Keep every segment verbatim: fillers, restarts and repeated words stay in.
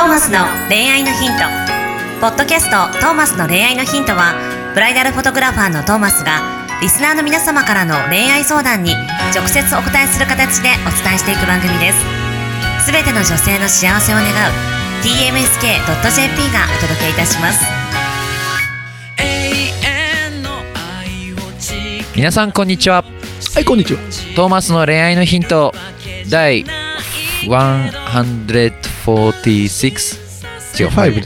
ーマスの恋愛のヒント。ポッドキャストトーマスの恋愛のヒントは、ブライダルフォトグラファーのトーマスがリスナーの皆様からの恋愛相談に直接お答えする形でお伝えしていく番組です。すべての女性の幸せを願う ティーエムエスケードットジェーピー がお届けいたします。 皆さんこんにちは。 はい、こんにちは。 トーマスの恋愛のヒントだいひゃくよんじゅうろく。違う、 ファイブです。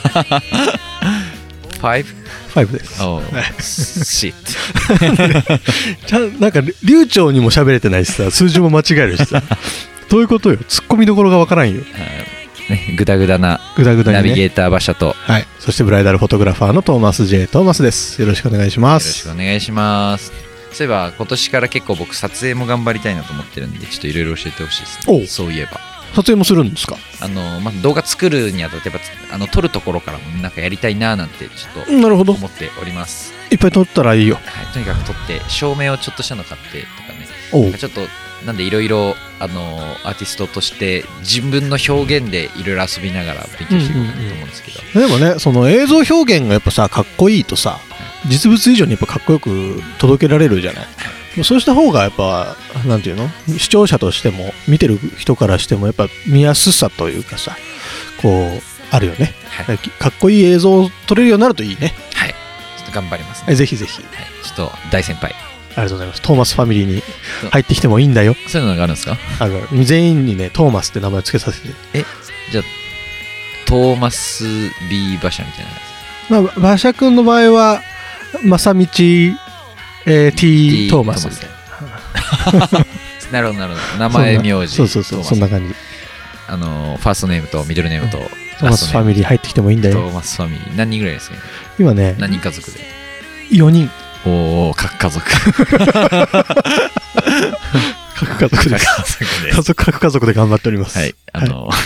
ファイブ？ ファイブです。 おー、シッちゃなんか流暢にも喋れてないしさ、数字も間違えるしさどういうことよ。ツッコミどころがわからんよ。 ね、グダグダなグダグダにね、 ナビゲーター馬車と、 はい、そしてブライダルフォトグラファーのトーマス J トーマスです。よろしくお願いします。 よろしくお願いします。そういえば今年から結構僕撮影も頑張りたいなと思ってるんで、ちょっといろいろ教えてほしいですね。そういえば撮影もするんですか？ あの、まあ、動画作るにあたってやっぱあの撮るところからもなんかやりたいななんてちょっとなるほど思っております。 いっぱい撮ったらいいよ。 はい、とにかく撮って照明をちょっとしたの買ってとかね、 おなんかちょっとなんでいろいろあのアーティストとして自分の表現でいろいろ遊びながら勉強していこうかなと思うんですけど、 うんうんうん、でもね、その映像表現がやっぱさかっこいいとさ、実物以上にやっぱかっこよく届けられるじゃない。そうした方がやっぱなんていうの、視聴者としても見てる人からしてもやっぱ見やすさというかさ、こうあるよね、はい、かっこいい映像を撮れるようになるといいね。 はい、ちょっと頑張りますね。 ぜひぜひ、 はい、ちょっと大先輩ありがとうございます。トーマスファミリーに入ってきてもいいんだよ。 そういうのがあるんですか？ あるある。全員にねトーマスって名前を付けさせて。 え、じゃあトーマス B 馬車みたいなやつ。 まあ馬車くんの場合は正道、えー、T トーマスみたいな。なるほどなるほど。名前名字。 そうそうそう、そんな感じ。 あのファーストネームとミドルネームと、うん、 トーマスファミリー入ってきてもいいんだよ。 トーマスファミリー何人ぐらいですかね？ 今ね、 何人家族で？ よにん。 おお、各家族各家族で家族各家族で頑張っております。 はい、あの、はい、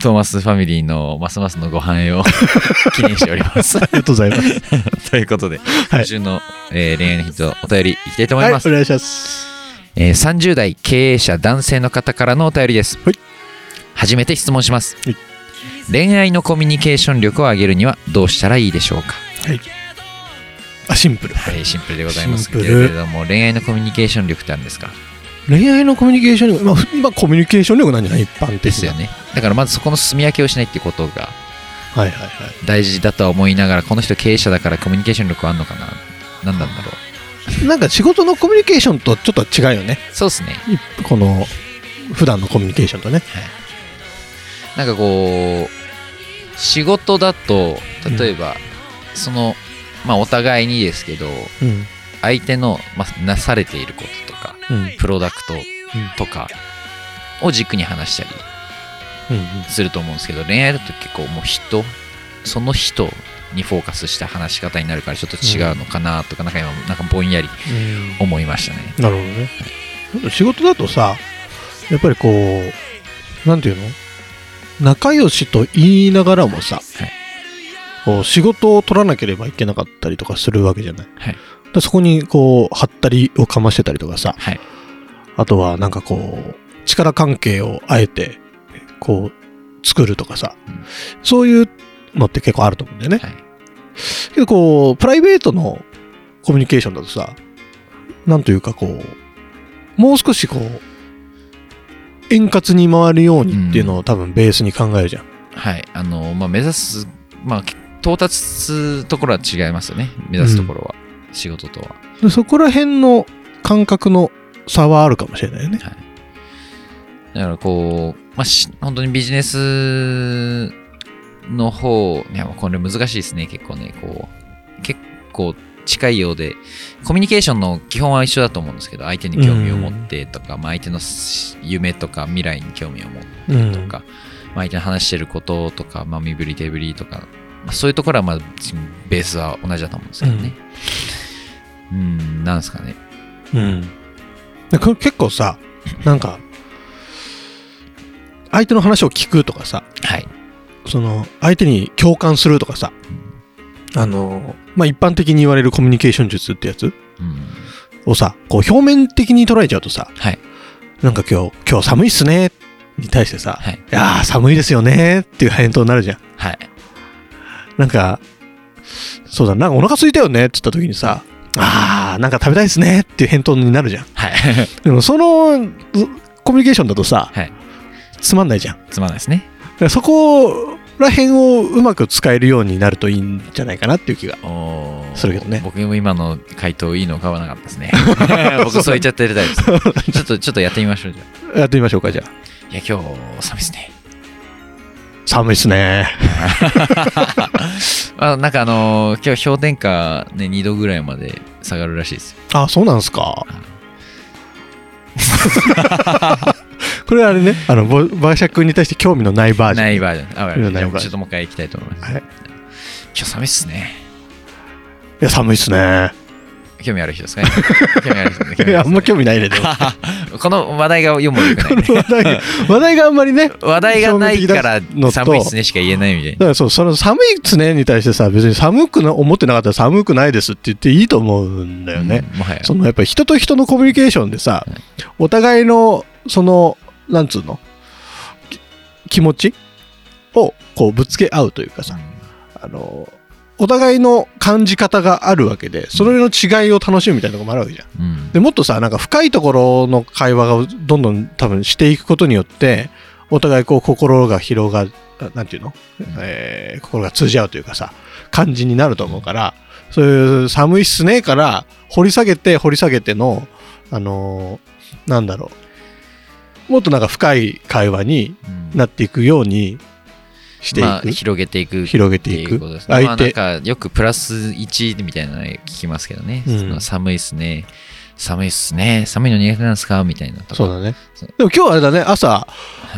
トーマスファミリーのますますのご繁栄を記念しておりますありがとうございますということで、はい、今週の、えー、恋愛のヒントお便りいきたいと思います。 はい、お願いします。 えー、さんじゅう代経営者男性の方からのお便りです。 はい、 初めて質問します。 はい、 恋愛のコミュニケーション力を上げるにはどうしたらいいでしょうか？ はい、あ、シンプル。 はい、シンプルでございますけれども、恋愛のコミュニケーション力ってあるんですか？ 恋愛のコミュニケーション力、まあ、まあ、コミュニケーション力なんじゃない？一般的なですよね。だからまずそこの住み分けをしないってことがはいはいはい大事だとは思いながら、この人経営者だからコミュニケーション力あるのかな、何なんだろう。なんか仕事のコミュニケーションとちょっと違うよね。 そうですね。 この普段のコミュニケーションとね、 はい、なんかこう仕事だと例えば、うん、そのまあお互いにですけど、うん、相手の、まあ、なされていることとか、うん、プロダクトとかを軸に話したりすると思うんですけど、恋愛だと結構もう人その人にフォーカスした話し方になるからちょっと違うのかなとか、うん、なんか今なんかぼんやり思いましたね。 うん、なるほどね。はい、仕事だとさ、やっぱりこうなんていうの、仲良しと言いながらもさ、はい、こう仕事を取らなければいけなかったりとかするわけじゃない。はい、でそこにこうはったりをかましてたりとかさ、はい、あとはなんかこう力関係をあえてこう作るとかさ、うん、そういうのって結構あると思うんだよね。はい、けどこうプライベートのコミュニケーションだとさ、なんというかこうもう少しこう円滑に回るようにっていうのを多分ベースに考えるじゃん。うん、はい、 あのまあ目指すまあ到達するところは違いますよね。目指すところは、うん、仕事とは。 でそこら辺の感覚の差はあるかもしれないよね。はい、 だからこう、まあ、し本当にビジネスの方、いやこれ難しいですね。結構ね、こう結構近いようで、コミュニケーションの基本は一緒だと思うんですけど、相手に興味を持ってとか、うん、まあ、相手の夢とか未来に興味を持ってとか、うん、まあ、相手の話してることとか、まあ、身振り手振りとか、まあ、そういうところはまあベースは同じだと思うんですけどね。うん、うん、なんですかね。 うん。結構さ、なんか相手の話を聞くとかさ、はい、その相手に共感するとかさ、うん、あのまあ一般的に言われるコミュニケーション術ってやつ、うん、をさ、こう表面的に捉えちゃうとさ、はい、なんか今日今日寒いっすねに対してさ、 はい、 いやー寒いですよねっていう返答になるじゃん。 はい。 なんか、そうだ、なんかお腹空いたよねって言った時にさ、あー、なんか食べたいですねっていう返答になるじゃん。 はい。 でもそのコミュニケーションだとさ、 はい、 つまんないじゃん。 つまんないですね。 そこら辺をうまく使えるようになるといいんじゃないかなっていう気がするけどね。 僕も今の回答いいのかはなかったですね。僕そう言っちゃってるタイプです。ちょっとちょっとやってみましょう。じゃあやってみましょうか。じゃあ。 いや今日寒いですね。 寒いっすね。 あ、なんかあのー、今日氷点下、ね、にどぐらいまで下がるらしいですよ。 あ、そうなんですか。これはあれね、あのバーシャ君に対して興味のないバージョン。 ないバージョン。あ、 ないバージョン。 じゃあちょっともう一回行きたいと思います。はい、今日寒いっすね。 いや寒いっすね。 興味ある人ですかね。興味ある人、ね、 いやあんま興味ないね。でもこの話題が読むよくない、ね、 話題話題があんまりね。 話題がないから寒いっすねしか言えないみたいな。 だからそう、その寒いっすねに対してさ、別に寒くな思ってなかったら寒くないですって言っていいと思うんだよね。 うん、もはやそのやっぱり人と人のコミュニケーションでさ、はい、お互いのそのなんつうの気持ちをこうぶつけ合うというかさ、うん、あのお互いの感じ方があるわけで、それの違いを楽しむみたいなところもあるわけじゃん、うん、でもっとさ、なんか深いところの会話がどんどん多分していくことによってお互いこう心が広がる、なんていうの、うん、えー、心が通じ合うというかさ感じになると思うから、そういう寒いっすねから掘り下げて掘り下げてのあのー、なんだろう、もっとなんか深い会話になっていくようにしていく、まあ、 広げていく広げていく、 ね、相手、まあ、なんかよくプラスいちみたいなの聞きますけどね、うん、寒いっすね寒いっすね寒いの苦手なんですかみたいなとか。 そうだね。でも今日あれだね、朝、はい、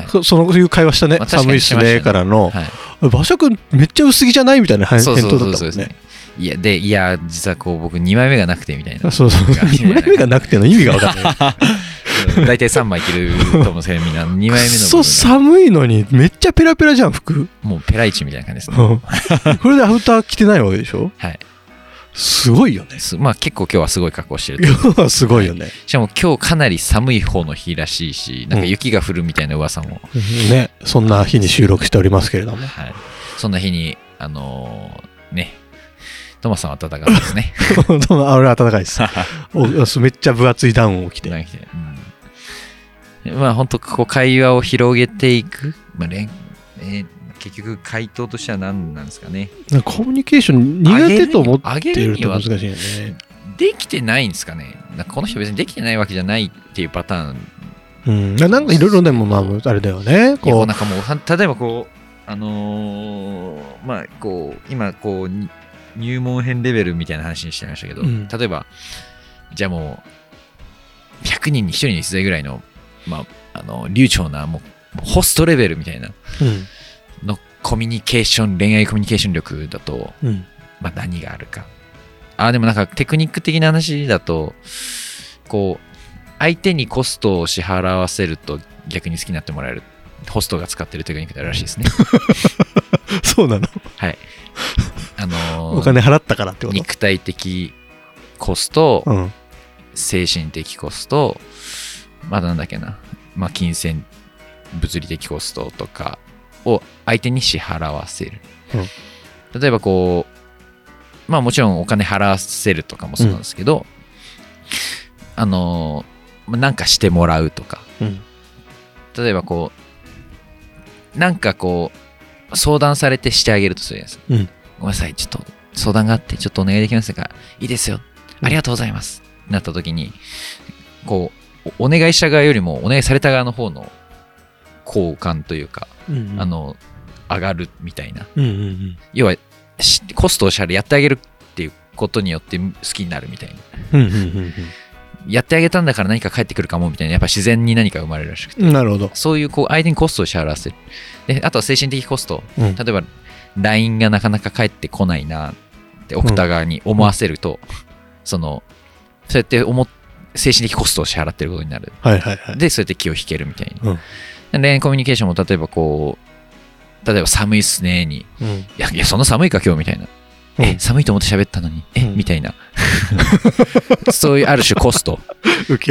そ, そのいう会話したね、まあ、寒いっすねからの、はい、馬車君めっちゃ薄着じゃないみたいな返答だったもんね。 いやでいや実はこう僕にまいめがなくてみたいな。 そうそうにまいめがなくての意味が分かんない大体さんまい着ると思うんですけど、みんなにまいめのそう寒いのにめっちゃペラペラじゃん服。 もうペライチみたいな感じですね、 うん、これでアフター着てないわけでしょ。 はい、 すごいよね。 まあ結構今日はすごい格好してる。 今日はすごいよね、はい、 しかも今日かなり寒い方の日らしいし、なんか雪が降るみたいな噂も、 うん、ね、そんな日に収録しておりますけれども、 はい、そんな日にあのー、ねトマさんは暖かいですね。 俺は暖かいですめっちゃ分厚いダウンを着て、 うん、まあ本当こう会話を広げていく、まあえー、結局回答としては何なんですかね。 コミュニケーション苦手と思っていると難しいよね。 できてないんですかね。なんかこの人別にできてないわけじゃないっていうパターン、 うん、なんかいろいろでもまああれだよね。 こういやなんかもう例えばこうあのー、まあこう今こう入門編レベルみたいな話にしてましたけど、うん、例えばじゃあもうひゃくにんにひとりに出題ぐらいの、まあ、あの流暢なもうホストレベルみたいなのコミュニケーション、恋愛コミュニケーション力だと、うん、まあ何があるか。あでもなんかテクニック的な話だとこう相手にコストを支払わせると逆に好きになってもらえるホストが使ってるテクニックであるらしいですね。 そうなの。 はい。あのー、 お金払ったからってこと。 肉体的コスト、 うん、 精神的コスト、まだなんだっけな、まあ、金銭物理的コストとかを相手に支払わせる、うん、例えばこうまあもちろんお金払わせるとかもそうなんですけど、うん、あのー、なんかしてもらうとか、うん、例えばこうなんかこう相談されてしてあげるとするじゃないですか、うん、ごめんなさいちょっと相談があってちょっとお願いできますか。いいですよありがとうございます、うん、なった時にこうお願いした側よりもお願いされた側の方の好感というか、うんうん、あの上がるみたいな、 うんうんうん、 要はコストを支払いやってあげるっていうことによって好きになるみたいな、 うんうんうんうん、 やってあげたんだから何か返ってくるかもみたいなやっぱ自然に何か生まれるらしくて、 なるほど。 そういうこう相手にコストを支払わせる。であとは精神的コスト、うん、例えば ライン がなかなか返ってこないなって送った側に思わせると、うん、そのそうやって思精神的コストを支払ってることになる、 はいはいはい、 でそうやって気を引けるみたいな、うん、恋愛コミュニケーションも例えばこう例えば寒いっすねに、うん、いやいやそんな寒いか今日みたいな、うん、え寒いと思って喋ったのにえ、うん、みたいなそういうある種コスト受ける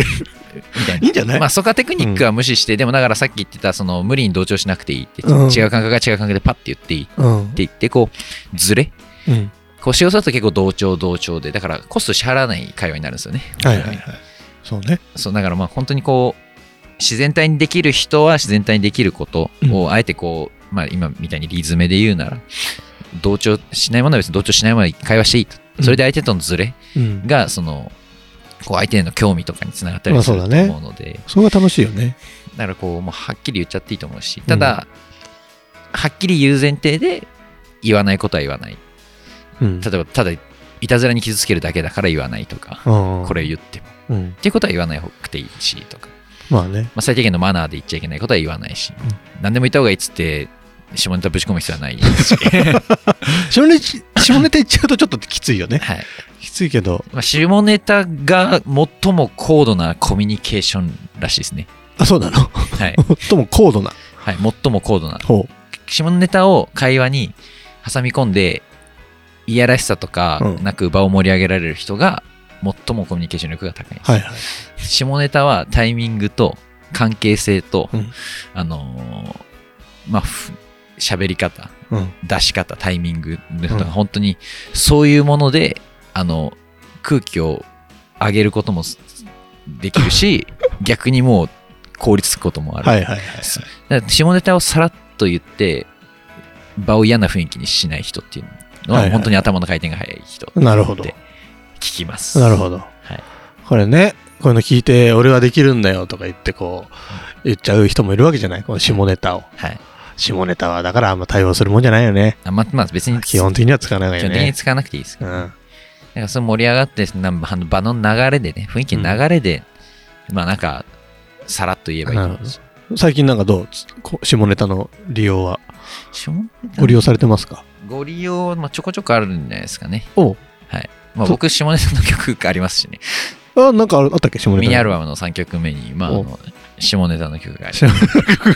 みたいな。 いいんじゃない？ まあそこはテクニックは無視して、うん、でもだからさっき言ってたその無理に同調しなくていいって、 うん、 違う感覚が違う感覚でパッて言っていいって言ってこうズレ、 うん、 こう仕様だと結構同調同調でだからコスト支払わない会話になるんですよね。 はいはいはい。そうね。 そうだからまあ本当にこう自然体にできる人は自然体にできることをあえてこう、うん、まあ今みたいにリ詰めで言うなら同調しないものは別に同調しないものは会話していいと。それで相手とのズレがそのこう相手への興味とかにつながったりすると思うので、 まあ、それが楽しいよね。 だからこうもうはっきり言っちゃっていいと思うし、ただ、うん、はっきり言う前提で言わないことは言わない、うん、例えばただいたずらに傷つけるだけだから言わないとか、うん、これ言っても、うん、っていうことは言わないくていいしとか、 まあね、まあ、最低限のマナーで言っちゃいけないことは言わないし、うん、何でも言った方がいいっつって下ネタぶち込む必要はないし下ネタ下ネタ言っちゃうとちょっときついよね、はい、きついけど、 まあ、下ネタが最も高度なコミュニケーションらしいですね。 あ、そうなの、はい、最も高度な、 はい、最も高度な下ネタを会話に挟み込んでいやらしさとかなく場を盛り上げられる人が最もコミュニケーション力が高いんです、はいはい、下ネタはタイミングと関係性と、うん、あのー、まあ喋り方、うん、出し方、タイミング、うん、本当にそういうものであの空気を上げることもできるし逆にもう効率つくこともある、はいはいはいはい、だから下ネタをさらっと言って場を嫌な雰囲気にしない人っていうのは本当に頭の回転が速い人って聞きます。 なるほど、はい、これね、こういうの聞いて俺はできるんだよとか言ってこう言っちゃう人もいるわけじゃない、この下ネタを、はい、下ネタはだからあんま対応するもんじゃないよね。 あ、ままあ、別に基本的には使わないよね。 基本的に使わなくていいですから、ね、うん、だからその盛り上がって場の流れでね、雰囲気の流れで、うん、まあなんかさらっと言えばいいと思うんですよ。最近なんかどう下ネタの利用はご利用されてますか？ ご利用、まあ、ちょこちょこあるんじゃないですかね。お、はい、まあ、僕下ネタの曲ありますしね。 あ、なんかあったっけ下ネタ。 ミニアルバムのさんきょくめに、まあ、あの下ネタの曲があります。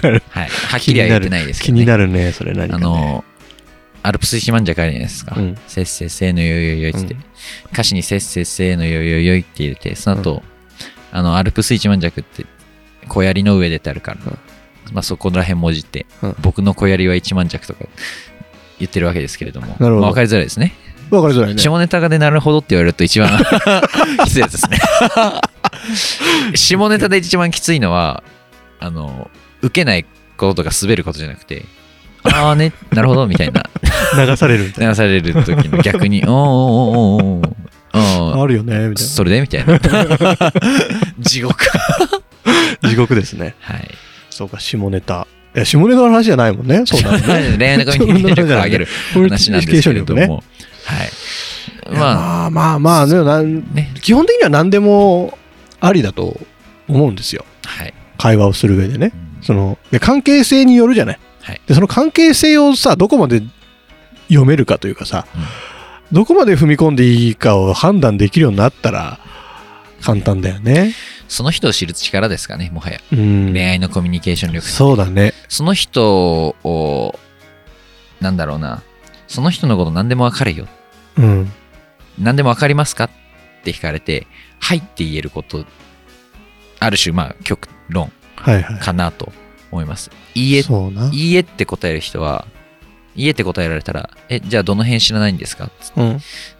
はい、はっきりは言ってないですけど、ね、 気になるね、それ何か、ね、 あのアルプス一万尺あるじゃないですか。うん、せっせっせーのよいよいよいって、うん、歌詞にせっせっせーのよいよいよいって入れて、その後、うん、あのアルプス一万尺って小槍の上でってあるから、うん、まあ、そこら辺もじって、うん、僕の小槍は一万弱とか言ってるわけですけれども、なるほど、まあ、分かりづらいですね。 分かりづらいね。 下ネタがでなるほどって言われると一番きついやつですね下ネタで一番きついのはあの受けないこととか滑ることじゃなくて、ああね、なるほどみたいな流される流される時の逆におーおーおーおーあるよねみたいな、 それでみたいな地獄地獄ですね。 はい。 そうか、下ネタ。いや、下ネタの話じゃないもんね。そうだね。 恋愛のコミュニケーション力を上げる話なんですけれども、ね、はい。 まあまあまあ、ねまあね、基本的には何でもありだと思うんですよ。はい。会話をする上でね。うん、そので関係性によるじゃない。はい。でその関係性をさ、どこまで読めるかというかさ、うん、どこまで踏み込んでいいかを判断できるようになったら簡単だよね。 その人を知る力ですかね、もはや。うん、恋愛のコミュニケーション力。 そうだね。 その人を、なんだろうな、その人のこと何でも分かるよ。うん。何でも分かりますかって聞かれて、はいって言えること、ある種、まあ、極論かなと思います。はいはい、いいえ、そうな。いいえって答える人は、いいえって答えられたら、え、じゃあどの辺知らないんですかつって、うん、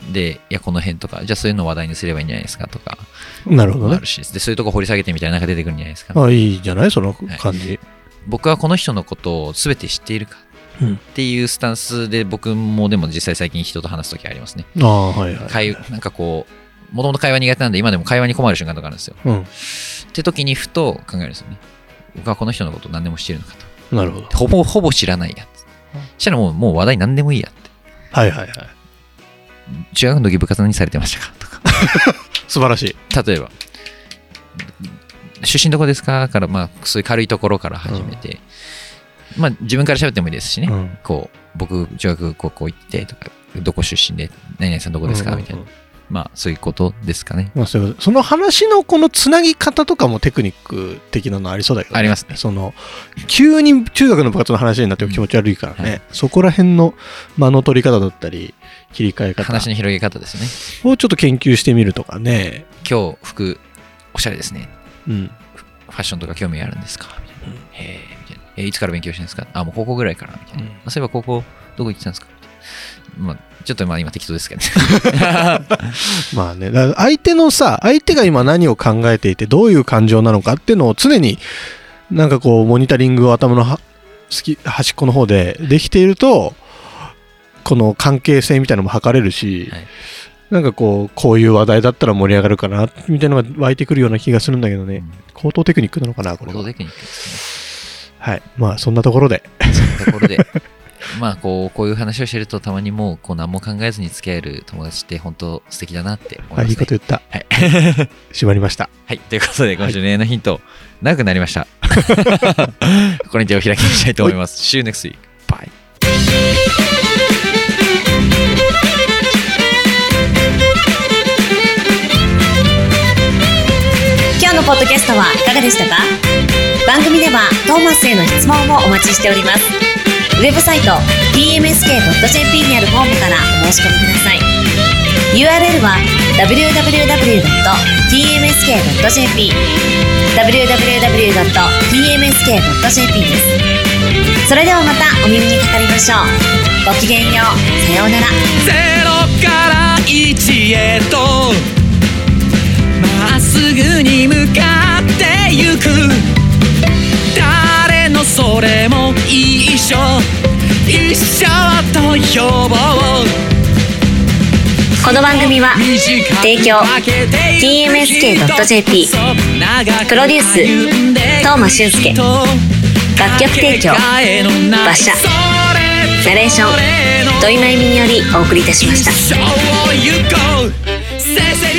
で、いや、この辺とか、じゃあそういうのを話題にすればいいんじゃないですかとか、 なるほどね。 あるし、で、そういうとこ掘り下げてみたいなのが出てくるんじゃないですか。 あ、いいじゃないその感じ、はい。僕はこの人のことを全て知っているかっていうスタンスで、僕もでも実際最近人と話すときありますね。ああ、はいはい。会なんかこう、もともと会話苦手なんで、今でも会話に困る瞬間とかあるんですよ。うん、って時にふと考えるんですよね。僕はこの人のことを何でも知ってるのかと。 なるほど。 ほぼほぼ知らないや。そしたらもう、もう話題何でもいいやって。 はいはいはい。 中学の時部活何されてましたかとか。 素晴らしい。 例えば、出身どこですかから、まあ、そういう軽いところから始めて、うん、まあ、自分から喋ってもいいですしね。うん、こう、僕、中学高校行ってとか、どこ出身で、何々さんどこですか、うんうんうん、みたいな。まあ、そういうことですかね。 まあ、その話のこのつなぎ方とかもテクニック的なのありそうだけどね。 ありますね。 その急に中学の部活の話になっても気持ち悪いからね、うんはい、そこら辺の間の取り方だったり切り替え方、 話の広げ方ですね。 をちょっと研究してみるとかね。 今日服おしゃれですね。 うん、 ファッションとか興味あるんですかみたいな、うん、へえみたいな、えいつから勉強してるんですか、あもう高校ぐらいからみたいな、うん、あそういえば高校どこ行ってたんですか、まあ、ちょっとまあ今適当ですけどねまあね、だから相手のさ相手が今何を考えていてどういう感情なのかっていうのを常になんかこうモニタリングを頭のは好き端っこの方でできているとこの関係性みたいなのも測れるし、はい、なんかこうこういう話題だったら盛り上がるかなみたいなのが湧いてくるような気がするんだけどね、うん、高等テクニックなのかなこれは。 高等テクニックですね。 はい、まあそんなところでそんなところでまあこうこういう話をしてるとたまにもうこう何も考えずに付き合える友達って本当素敵だなって思いますね。 あ、いいこと言った。 はい。 締まりました。 はい。ということで今週の恋愛のヒント、長くなりました。ここに手を開きにしたいと思います。See you next week. Bye. 今日のポッドキャストはいかがでしたか？番組ではトーマスへの質問もお待ちしております。ウェブサイト ティーエムエスケードットジェーピー にあるフォームからお申し込みください。 ユーアールエル は ダブリューダブリューダブリュードットティーエムエスケードットジェーピー ダブリューダブリューダブリュードットティーエムエスケードットジェーピー です。それではまたお耳にかかりましょう。ごきげんよう。さようなら。 ゼロからいちへとまっすぐに向かってゆく、誰のそれも一緒一緒と呼ぼう。 この番組は提供 ティーエムエスケードットジェーピー プロデュース東間俊介、楽曲提供馬車、ナレーション土井真由美によりお送りいたしました。